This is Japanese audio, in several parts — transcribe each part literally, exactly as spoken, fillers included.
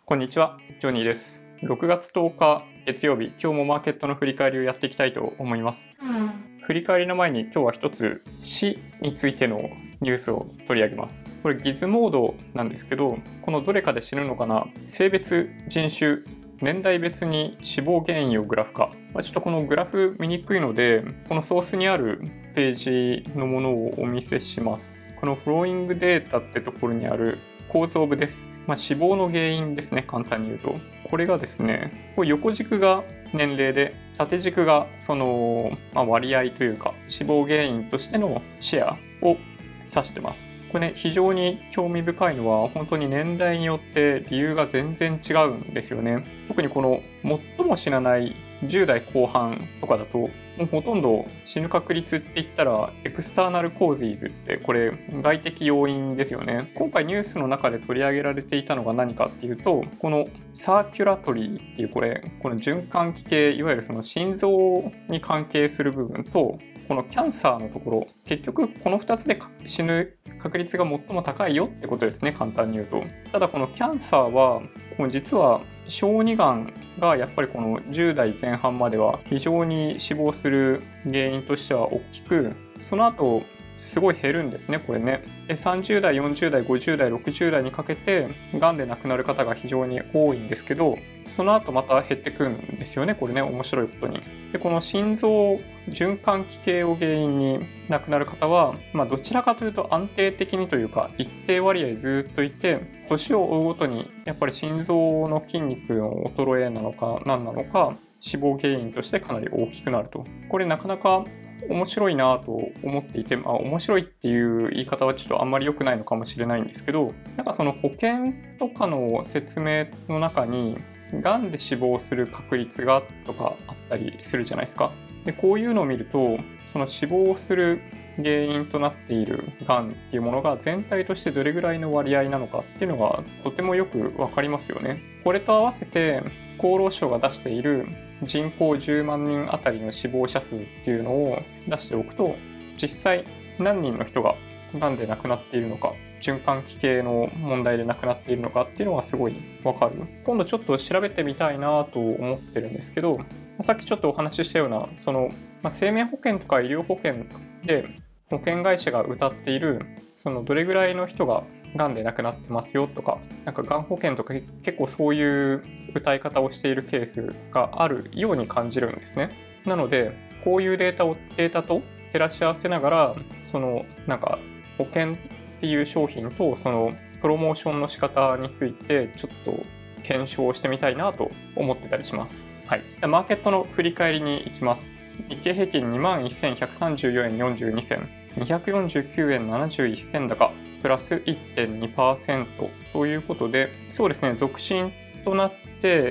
こんにちは、ジョニーです。ろくがつとおか月曜日、今日もマーケットの振り返りをやっていきたいと思います。振り返りの前に今日は一つ死についてのニュースを取り上げます。これギズモードなんですけど、このどれかで死ぬのかな、性別、人種、年代別に死亡原因をグラフ化。まあ、ちょっとこのグラフ見にくいので、このソースにあるページのものをお見せします。このフローイングデータってところにある構造部です。まあ、死亡の原因ですね、簡単に言うと。これがですね、これ横軸が年齢で、縦軸がその、まあ、割合というか、死亡原因としてのシェアを指してます。これね、非常に興味深いのは、本当に年代によって理由が全然違うんですよね。特にこの最も死なないじゅう代後半とかだと、もうほとんど死ぬ確率って言ったらエクスターナルコーズイズってこれ外的要因ですよね。今回ニュースの中で取り上げられていたのが何かっていうと、このサーキュラトリーっていうこれこの循環器系、いわゆるその心臓に関係する部分と、このキャンサーのところ、結局このふたつで死ぬ確率が最も高いよってことですね、簡単に言うと。ただこのキャンサーは実は小児がんがやっぱりこのじゅう代前半までは非常に死亡する原因としては大きく、その後すごい減るんですね、これね。でさんじゅう代、よんじゅう代、ごじゅう代、ろくじゅう代にかけてがんで亡くなる方が非常に多いんですけど、その後また減ってくんですよね、これね、面白いことに。でこの心臓循環器系を原因に亡くなる方は、まあ、どちらかというと安定的にというか一定割合ずっといて、年を追うごとにやっぱり心臓の筋肉の衰えなのか何なのか死亡原因としてかなり大きくなると。これなかなか面白いなと思っていて、まあ、面白いっていう言い方はちょっとあんまり良くないのかもしれないんですけど、なんかその保険とかの説明の中にがんで死亡する確率がとかあったりするじゃないですか。でこういうのを見ると、その死亡する原因となっているがんっていうものが全体としてどれぐらいの割合なのかっていうのがとてもよくわかりますよね。これと合わせて厚労省が出している人口じゅうまんにんあたりの死亡者数っていうのを出しておくと、実際何人の人ががんで亡くなっているのか、循環器系の問題で亡くなっているのかっていうのがすごいわかる。今度ちょっと調べてみたいなと思ってるんですけど、さっきちょっとお話ししたようなその、まあ、生命保険とか医療保険で保険会社が謳っているそのどれぐらいの人ががんで亡くなってますよとか、なんかがん保険とか結構そういう謳い方をしているケースがあるように感じるんですね。なのでこういうデータをデータと照らし合わせながら、そのなんか保険っていう商品とそのプロモーションの仕方についてちょっと検証してみたいなと思ってたりします。はい、マーケットの振り返りに行きます。日経平均 にまんせんひゃくさんじゅうよんえんよんじゅうにせん、にひゃくよんじゅうきゅうえんななじゅういっせん高、プラス いってんにパーセント ということで、そうですね、続伸となって、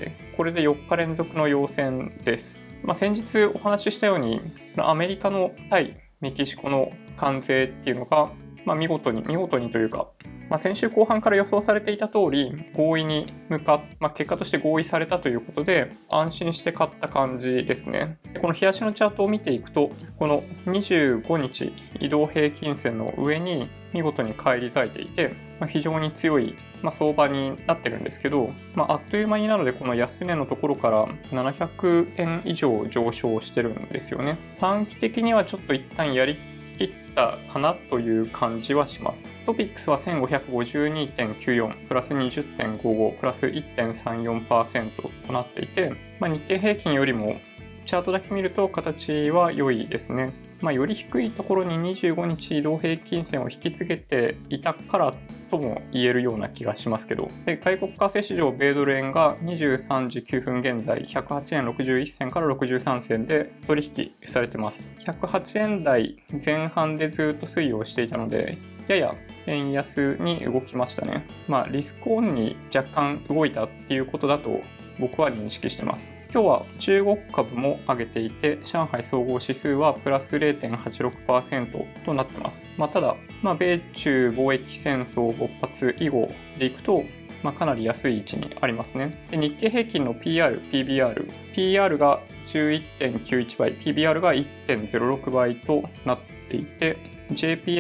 これでよっか連続の陽線です。まあ、先日お話ししたように、そのアメリカの対メキシコの関税っていうのが、まあ、見事に、見事にというか、まあ、先週後半から予想されていた通り合意に向かっ、まあ、結果として合意されたということで安心して買った感じですね。でこの日足のチャートを見ていくと、このにじゅうごにち移動平均線の上に見事に返り咲いていて、まあ、非常に強い、まあ、相場になってるんですけど、まあ、あっという間になのでこの安値のところからななひゃくえん以上上昇してるんですよね。短期的にはちょっと一旦やり切ったかなという感じはします。トピックスは せんごひゃくごじゅうにてんきゅうよん プラス にじゅってんごご プラス いってんさんよんパーセント となっていて、まあ、日経平均よりもチャートだけ見ると形は良いですね。まあ、より低いところににじゅうごにち移動平均線を引き継げていたからとも言えるような気がしますけど、で外国為替市場米ドル円がにじゅうさんじきゅうふん現在ひゃくはちえんろくじゅういっせんからろくじゅうさんせんで取引されてます。ひゃくはちえん台前半でずっと推移をしていたので、やや円安に動きましたね。まあリスクオンに若干動いたっていうことだと僕は認識してます。今日は中国株も上げていて、上海総合指数はプラス れいてんはちろくパーセント となってます。まあ、ただ、まあ、米中貿易戦争勃発以後でいくと、まあ、かなり安い位置にありますね。で日経平均の ピーアール、ピービーアール、ピーアール が じゅういってんきゅういち 倍、ピービーアール が いってんぜろろく 倍となっていて、ジェイピーエック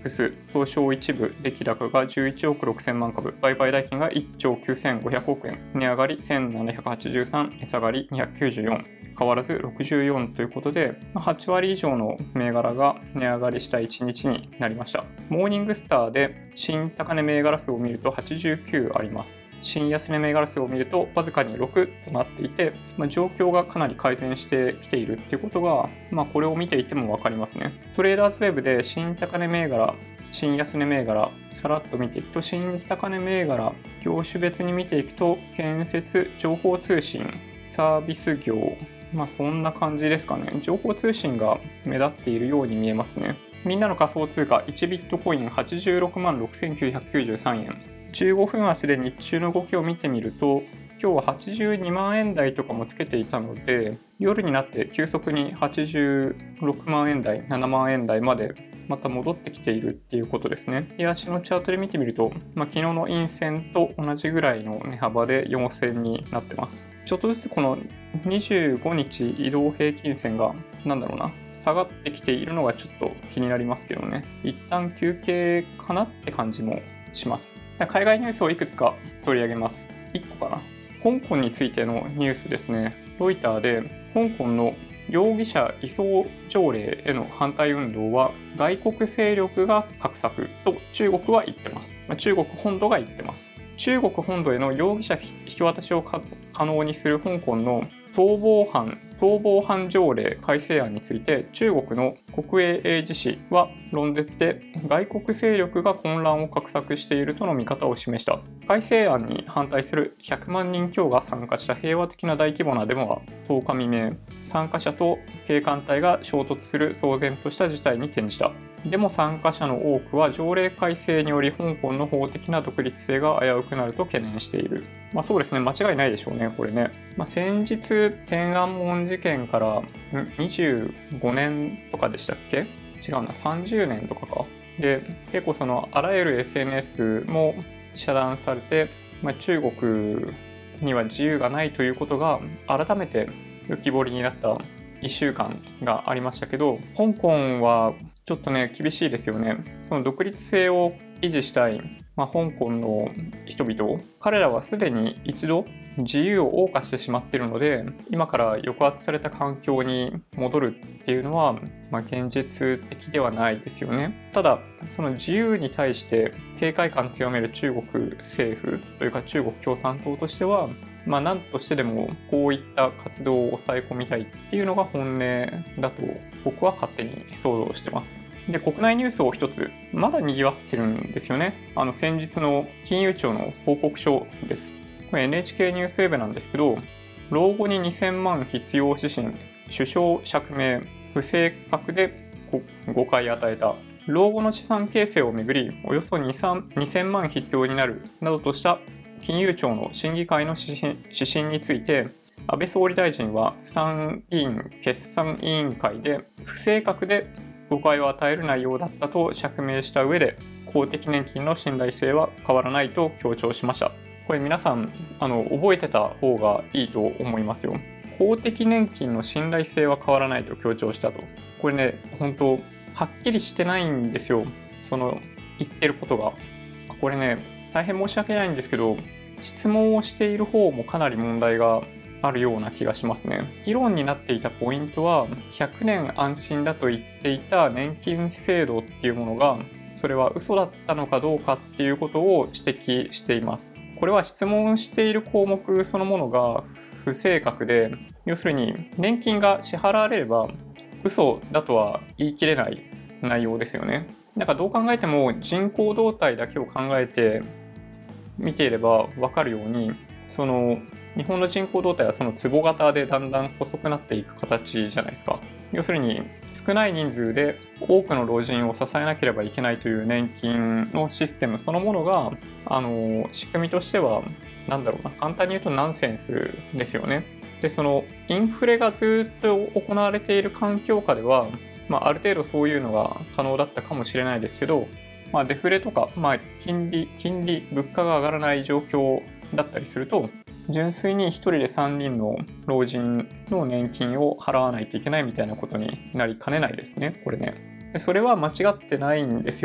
X 東証一部出来高がじゅういちおくろくせんまんかぶ、売買代金がいっちょうきゅうせんごひゃくおくえん、値上がりせんななひゃくはちじゅうさん、値下がりにひゃくきゅうじゅうよん、変わらずろくじゅうよんということで、はちわり以上の銘柄が値上がりしたいちにちになりました。モーニングスターで新高値銘柄数を見るとはちじゅうきゅうあります。新安値銘柄数を見るとわずかにろくとなっていて、まあ、状況がかなり改善してきているっていうことが、まあ、これを見ていても分かりますね。トレーダーズウェブで新高値銘柄、新安値銘柄、さらっと見ていくと、新高値銘柄、業種別に見ていくと、建設、情報通信、サービス業、まあそんな感じですかね。情報通信が目立っているように見えますね。みんなの仮想通貨いちビットコインはちじゅうろくまんろくせんきゅうひゃくきゅうじゅうさんえん。じゅうごふん足で日中の動きを見てみると、今日ははちじゅうにまんえん台とかもつけていたので、夜になって急速にはちじゅうろくまんえん台、ななまんえん台までまた戻ってきているっていうことですね。日足のチャートで見てみると、まあ、昨日の陰線と同じぐらいの値幅でよんせんになってます。ちょっとずつこのにじゅうごにち移動平均線がなんだろうな、下がってきているのがちょっと気になりますけどね。一旦休憩かなって感じもします。海外ニュースをいくつか取り上げます。いっこかな。香港についてのニュースですね。ロイターで香港の容疑者移送条例への反対運動は外国勢力が画策と中国は言ってます。中国本土が言ってます。中国本土への容疑者引き渡しを可能にする香港の逃亡犯逃亡犯条例改正案について、中国の国営英字紙は論説で外国勢力が混乱を画策しているとの見方を示した。改正案に反対するひゃくまんにん強が参加した平和的な大規模なデモはとおか未明、参加者と警官隊が衝突する騒然とした事態に転じた。デモ参加者の多くは条例改正により香港の法的な独立性が危うくなると懸念している。まあそうですね、間違いないでしょうね、これね。まあ、先日、天安門事件からにじゅうごねんとかでしたっけ？違うな、さんじゅうねんとかか。で、結構そのあらゆる エスエヌエス も遮断されて、まあ、中国には自由がないということが改めて浮き彫りになったいっしゅうかんがありましたけど、香港はちょっとね、厳しいですよね。その独立性を維持したい、まあ、香港の人々、彼らはすでに一度自由を謳歌してしまっているので、今から抑圧された環境に戻るっていうのは、まあ、現実的ではないですよね。ただ、その自由に対して警戒感強める中国政府というか中国共産党としては、まあ何としてでもこういった活動を抑え込みたいっていうのが本音だと僕は勝手に想像してます。で、国内ニュースを一つ、まだ賑わってるんですよね。あの先日の金融庁の報告書です。これ エヌエイチケー ニュースウェブなんですけど、老後ににせんまん必要指針、首相釈明、不正確で誤解与えた。老後の資産形成をめぐり、およそにせんまん必要になるなどとした金融庁の審議会の指針、指針について、安倍総理大臣は参議院決算委員会で不正確で誤解を与える内容だったと釈明した上で、公的年金の信頼性は変わらないと強調しました。これ皆さんあの覚えてた方がいいと思いますよ。公的年金の信頼性は変わらないと強調したと。これね、本当はっきりしてないんですよ。その言ってることが。これね、大変申し訳ないんですけど、質問をしている方もかなり問題があるような気がしますね。議論になっていたポイントは、ひゃくねん安心だと言っていた年金制度っていうものが、それは嘘だったのかどうかっていうことを指摘しています。これは質問している項目そのものが不正確で、要するに年金が支払われれば嘘だとは言い切れない内容ですよね。なんかどう考えても人口動態だけを考えて見ていれば分かるように、その日本の人口動態はその壺型でだんだん細くなっていく形じゃないですか。要するに少ない人数で多くの老人を支えなければいけないという年金のシステムそのものが、あの仕組みとしてはなんだろうな、簡単に言うとナンセンスですよね。で、そのインフレがずっと行われている環境下では、まあ、ある程度そういうのが可能だったかもしれないですけど、まあ、デフレとか、まあ、金利、金利、物価が上がらない状況だったりすると、純粋にひとりでさんにんの老人の年金を払わないといけないみたいなことになりかねないですね、これね。でそれは間違ってないんですよ。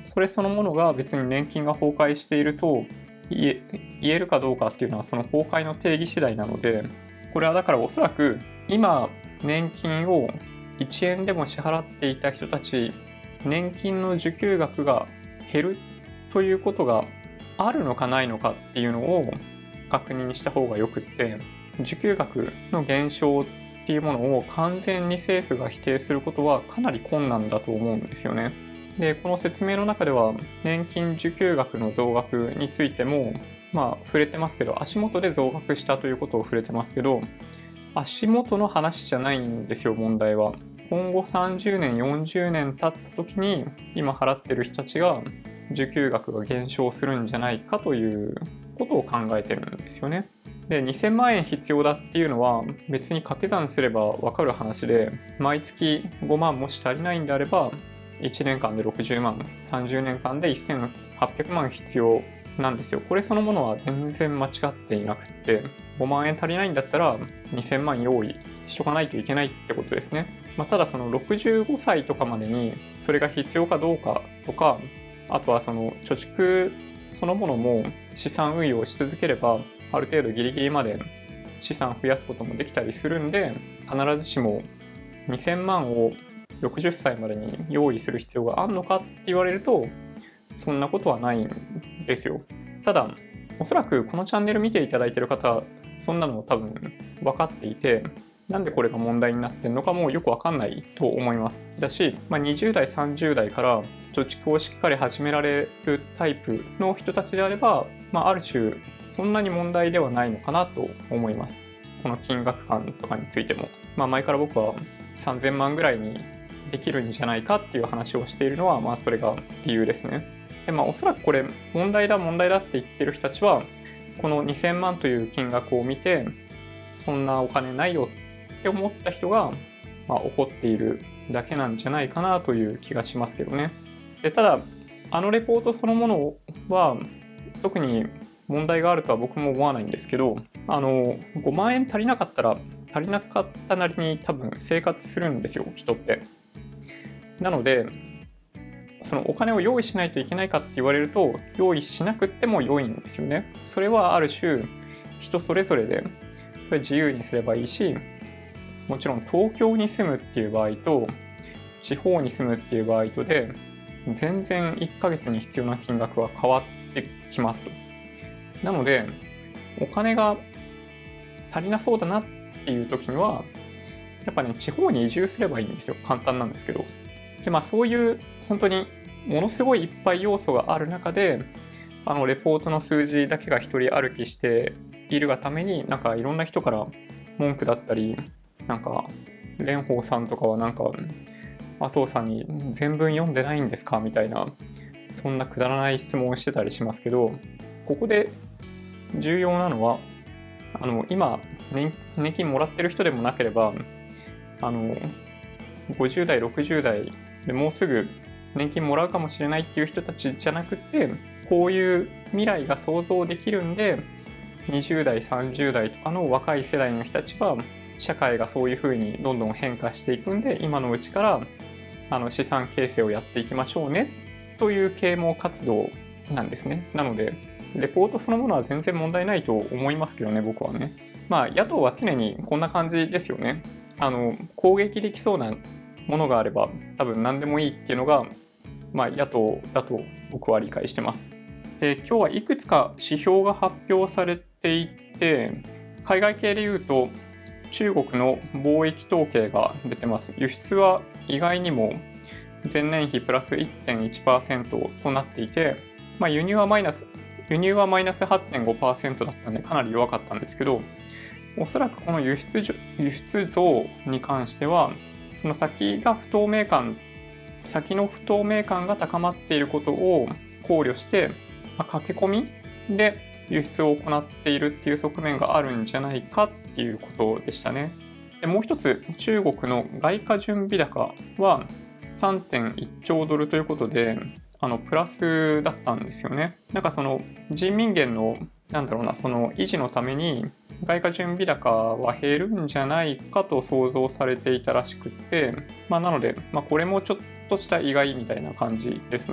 それそのものが別に年金が崩壊していると言え、言えるかどうかっていうのはその崩壊の定義次第なので、これはだからおそらく今年金をいちえんでも支払っていた人たち、年金の受給額が減るということがあるのかないのかっていうのを確認した方がよくって、受給額の減少っていうものを完全に政府が否定することはかなり困難だと思うんですよね。で、この説明の中では年金受給額の増額についてもまあ触れてますけど、足元で増額したということを触れてますけど、足元の話じゃないんですよ、問題は。今後さんじゅうねんよんじゅうねん経った時に今払ってる人たちが受給額が減少するんじゃないかということを考えてるんですよね。で、にせんまんえん必要だっていうのは別に掛け算すれば分かる話で、毎月ごまんもし足りないんであればいちねんかんでろくじゅうまん、さんじゅうねんかんでせんはっぴゃくまん必要なんですよ。これそのものは全然間違っていなくって、ごまんえん足りないんだったらにせんまん用意しとかないといけないってことですね。まあ、ただそのろくじゅうごさいとかまでにそれが必要かどうかとか、あとはその貯蓄そのものも資産運用し続ければある程度ギリギリまで資産増やすこともできたりするんで、必ずしもにせんまんをろくじゅっさいまでに用意する必要があるのかって言われるとそんなことはないんですよ。ただおそらくこのチャンネル見ていただいている方、そんなの多分分かっていて、なんでこれが問題になってるのかもよく分かんないと思います。だし、まあ、にじゅうだいさんじゅうだいから貯蓄をしっかり始められるタイプの人たちであれば、まあ、ある種そんなに問題ではないのかなと思います。この金額感とかについても、まあ、前から僕はさんぜんまんぐらいにできるんじゃないかっていう話をしているのは、まあそれが理由ですね。で、まあおそらくこれ問題だ問題だって言ってる人たちは、このにせんまんという金額を見て、そんなお金ないよって思った人が、まあ、怒っているだけなんじゃないかなという気がしますけどね。で、ただあのレポートそのものは特に問題があるとは僕も思わないんですけど、あのごまんえん足りなかったら足りなかったなりに多分生活するんですよ、人って。なのでそのお金を用意しないといけないかって言われると、用意しなくても良いんですよね。それはある種人それぞれで、それ自由にすればいいし、もちろん東京に住むっていう場合と地方に住むっていう場合とで全然いっかげつに必要な金額は変わってきますと。なのでお金が足りなそうだなっていう時にはやっぱね、地方に移住すればいいんですよ。簡単なんですけど。で、まあそういう本当にものすごいいっぱい要素がある中で、あのレポートの数字だけが一人歩きしているがために、なんかいろんな人から文句だったり、なんか蓮舫さんとかはなんか麻生さんに全文読んでないんですかみたいな、そんなくだらない質問をしてたりしますけど、ここで重要なのは、あの今年金もらってる人でもなければ、あのごじゅうだいろくじゅうだいでもうすぐ年金もらうかもしれないっていう人たちじゃなくて、こういう未来が想像できるんで、にじゅうだいさんじゅうだいとかの若い世代の人たちは社会がそういう風にどんどん変化していくんで、今のうちからあの資産形成をやっていきましょうねという啓蒙活動なんですね。なのでレポートそのものは全然問題ないと思いますけどね、僕はね。まあ野党は常にこんな感じですよね。あの攻撃できそうなものがあれば多分何でもいいっていうのが、まあ、野党だと僕は理解してます。で、今日はいくつか指標が発表されていて、海外系でいうと中国の貿易統計が出てます。輸出は意外にも前年比プラス いってんいちパーセント となっていて、まあ、輸入はマイナス輸入はマイナス はちてんごパーセント だったんでかなり弱かったんですけど、おそらくこの輸出輸出増に関してはその先が不透明感先の不透明感が高まっていることを考慮して、まあ、駆け込みで輸出を行っているっていう側面があるんじゃないかっていうことでしたね。で、もう一つ、中国の外貨準備高は さんてんいちちょうドルということで、あのプラスだったんですよね。なんかその人民元のなんだろうなその維持のために外貨準備高は減るんじゃないかと想像されていたらしくって、まあ、なので、まあ、これもちょっとした意外みたいな感じですね。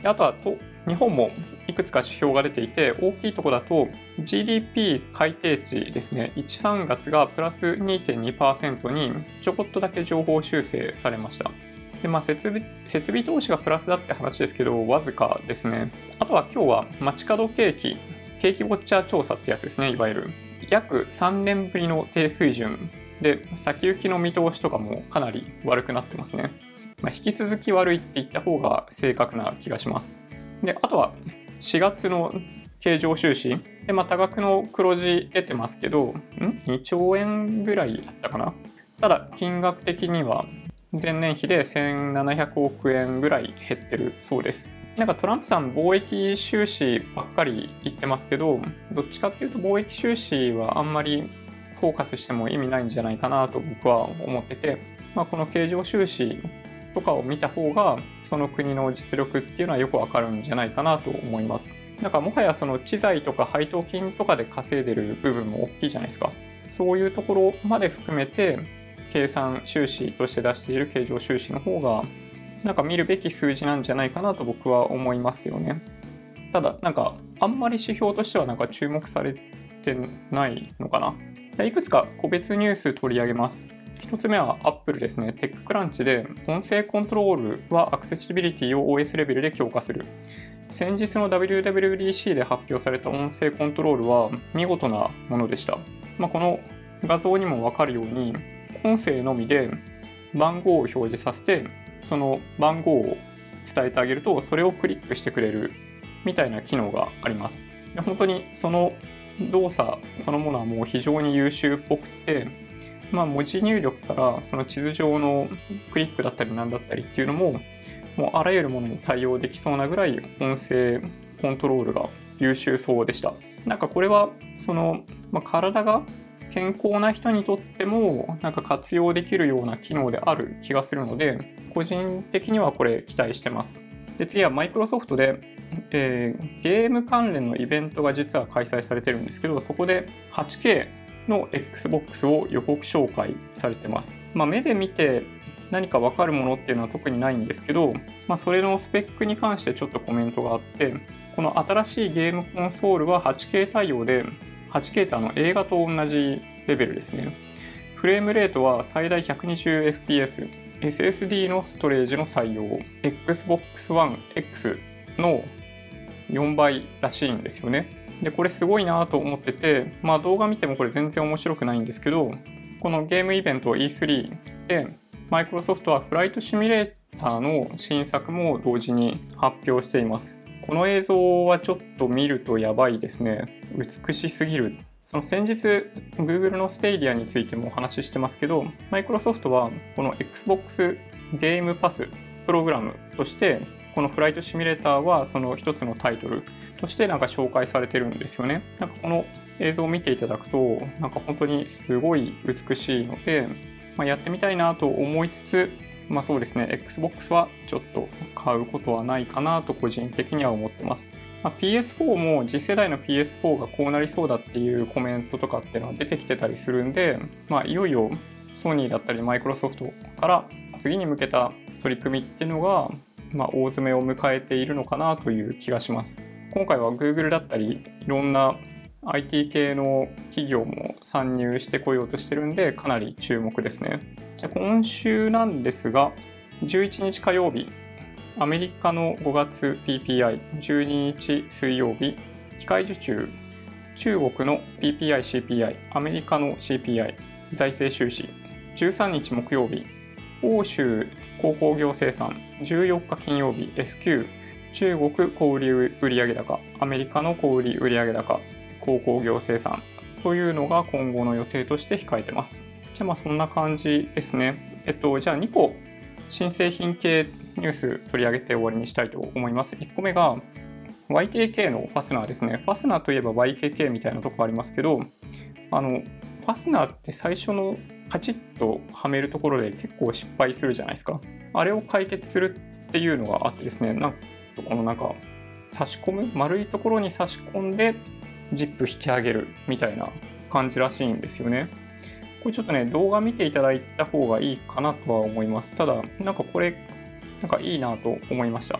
であとはと日本もいくつか指標が出ていて、大きいところだと ジーディーピー 改定値ですね、いち、さんがつがプラス にてんにパーセント にちょこっとだけ情報修正されました。でまあ、設備、設備投資がプラスだって話ですけど、わずかですね。あとは今日は街角景気、景気ウォッチャー調査ってやつですね、いわゆる。約さんねんぶりの低水準で、先行きの見通しとかもかなり悪くなってますね。まあ、引き続き悪いって言った方が正確な気がします。で、あとはしがつの経常収支で、まあ、多額の黒字出てますけど、んにちょうえんぐらいだったかな。ただ、金額的には前年比でせんななひゃくおくえんぐらい減ってるそうです。なんかトランプさん貿易収支ばっかり言ってますけど、どっちかっていうと貿易収支はあんまりフォーカスしても意味ないんじゃないかなと僕は思ってて、まあ、この経常収支とかを見た方がその国の実力っていうのはよくわかるんじゃないかなと思います。なんかもはやその知財とか配当金とかで稼いでる部分も大きいじゃないですか。そういうところまで含めて計算収支として出している経常収支の方がなんか見るべき数字なんじゃないかなと僕は思いますけどね。ただなんかあんまり指標としてはなんか注目されてないのかな。いくつか個別ニュース取り上げます。一つ目は Apple ですね。テッククランチで音声コントロールはアクセシビリティを オーエス レベルで強化する。先日の ダブリューダブリューディーシー で発表された音声コントロールは見事なものでした。まあ、この画像にもわかるように音声のみで番号を表示させて、その番号を伝えてあげるとそれをクリックしてくれるみたいな機能があります。で本当にその動作そのものはもう非常に優秀っぽくて、まあ、文字入力からその地図上のクリックだったり何だったりっていうのももうあらゆるものに対応できそうなぐらい音声コントロールが優秀そうでした。なんかこれはその、まあ、体が健康な人にとってもなんか活用できるような機能である気がするので、個人的にはこれ期待してます。で次はマイクロソフトで、えー、ゲーム関連のイベントが実は開催されてるんですけど、そこで はちケー の Xbox を予告紹介されてます。まあ、目で見て何か分かるものっていうのは特にないんですけど、まあ、それのスペックに関してちょっとコメントがあって、この新しいゲームコンソールは はちケー 対応で、はちケー ってあの映画と同じレベルですね。フレームレートは最大 ひゃくにじゅうエフピーエス、エスエスディー のストレージの採用、エックスボックスワンエックス のよんばいらしいんですよね。で、これすごいなと思ってて、まあ動画見てもこれ全然面白くないんですけど、このゲームイベント イースリー で、マイクロソフトはフライトシミュレーターの新作も同時に発表しています。この映像はちょっと見るとやばいですね。美しすぎる。その先日 Google の Stadia についてもお話ししてますけど、マイクロソフトはこの Xbox ゲームパスプログラムとしてこのフライトシミュレーターはその一つのタイトルとしてなんか紹介されてるんですよね。なんかこの映像を見ていただくとなんか本当にすごい美しいので、まあ、やってみたいなと思いつつ、まあそうですね、Xbox はちょっと買うことはないかなと個人的には思ってます。まあ、ピーエスフォー も次世代の ピーエスフォー がこうなりそうだっていうコメントとかっていうのは出てきてたりするんで、まあいよいよソニーだったりマイクロソフトから次に向けた取り組みっていうのが、まあ、大詰めを迎えているのかなという気がします。今回は Google だったりいろんな アイティー 系の企業も参入してこようとしてるんでかなり注目ですね。じゃあ今週なんですが、じゅういちにち火曜日、アメリカのごがつ ピーピーアイ、じゅうににち水曜日、機械受注、中国の ピーピーアイ、シーピーアイ、アメリカの シーピーアイ、財政収支、じゅうさんにち木曜日、欧州鉱工業生産、じゅうよっか金曜日、エスキュー、中国小売売上高、アメリカの小売売上高、鉱工業生産というのが今後の予定として控えてます。じゃあまあそんな感じですね。えっと、じゃあにこ新製品系ニュース取り上げて終わりにしたいと思います。いっこめが ワイケーケー のファスナーですね。ファスナーといえば ワイケーケー みたいなとこありますけど、あのファスナーって最初のカチッとはめるところで結構失敗するじゃないですか。あれを解決するっていうのがあってですね、なんとこのなんか差し込む丸いところに差し込んでジップ引き上げるみたいな感じらしいんですよね。これちょっとね動画見ていただいた方がいいかなとは思います。ただなんかこれなんかいいなと思いました。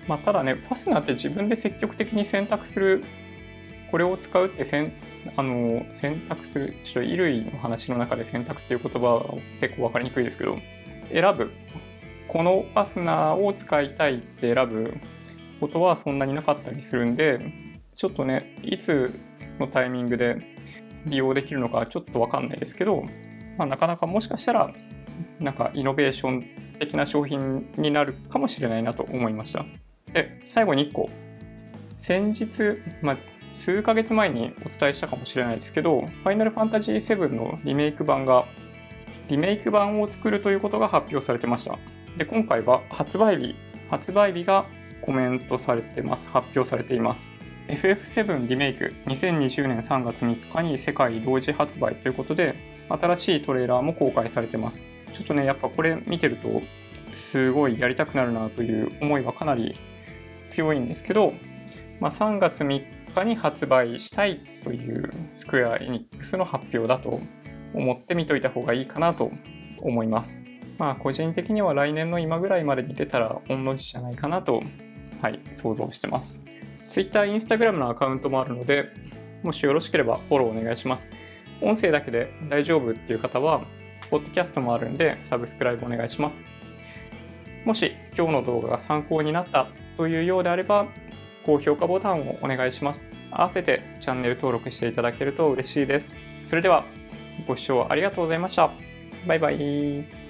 まあ、ただね、ファスナーって自分で積極的に選択する、これを使うってせんあの選択する、ちょっと衣類の話の中で選択っていう言葉は結構分かりにくいですけど、選ぶ、このファスナーを使いたいって選ぶことはそんなになかったりするんで、ちょっとね、いつのタイミングで利用できるのかちょっと分かんないですけど、まあ、なかなかもしかしたらなんかイノベーション的な商品になるかもしれないなと思いました。で、最後にいっこ、先日、まあ、数ヶ月前にお伝えしたかもしれないですけど、ファイナルファンタジーセブンのリメイク版がリメイク版を作るということが発表されてました。で、今回は発売日発売日がコメントされてます。発表されています。エフエフセブン リメイクにせんにじゅうねんさんがつみっかに世界同時発売ということで、新しいトレーラーも公開されてます。ちょっとね、やっぱこれ見てるとすごいやりたくなるなという思いはかなり強いんですけど、まあ、さんがつみっかに発売したいというスクエア・エニックスの発表だと思って見といた方がいいかなと思います。まあ個人的には来年の今ぐらいまでに出たら御の字じゃないかなと、はい、想像してます。Twitter、Instagram のアカウントもあるので、もしよろしければフォローお願いします。音声だけで大丈夫っていう方は、ポッドキャストもあるんでサブスクライブお願いします。もし今日の動画が参考になったというようであれば、高評価ボタンをお願いします。合わせてチャンネル登録していただけると嬉しいです。それではご視聴ありがとうございました。バイバイ。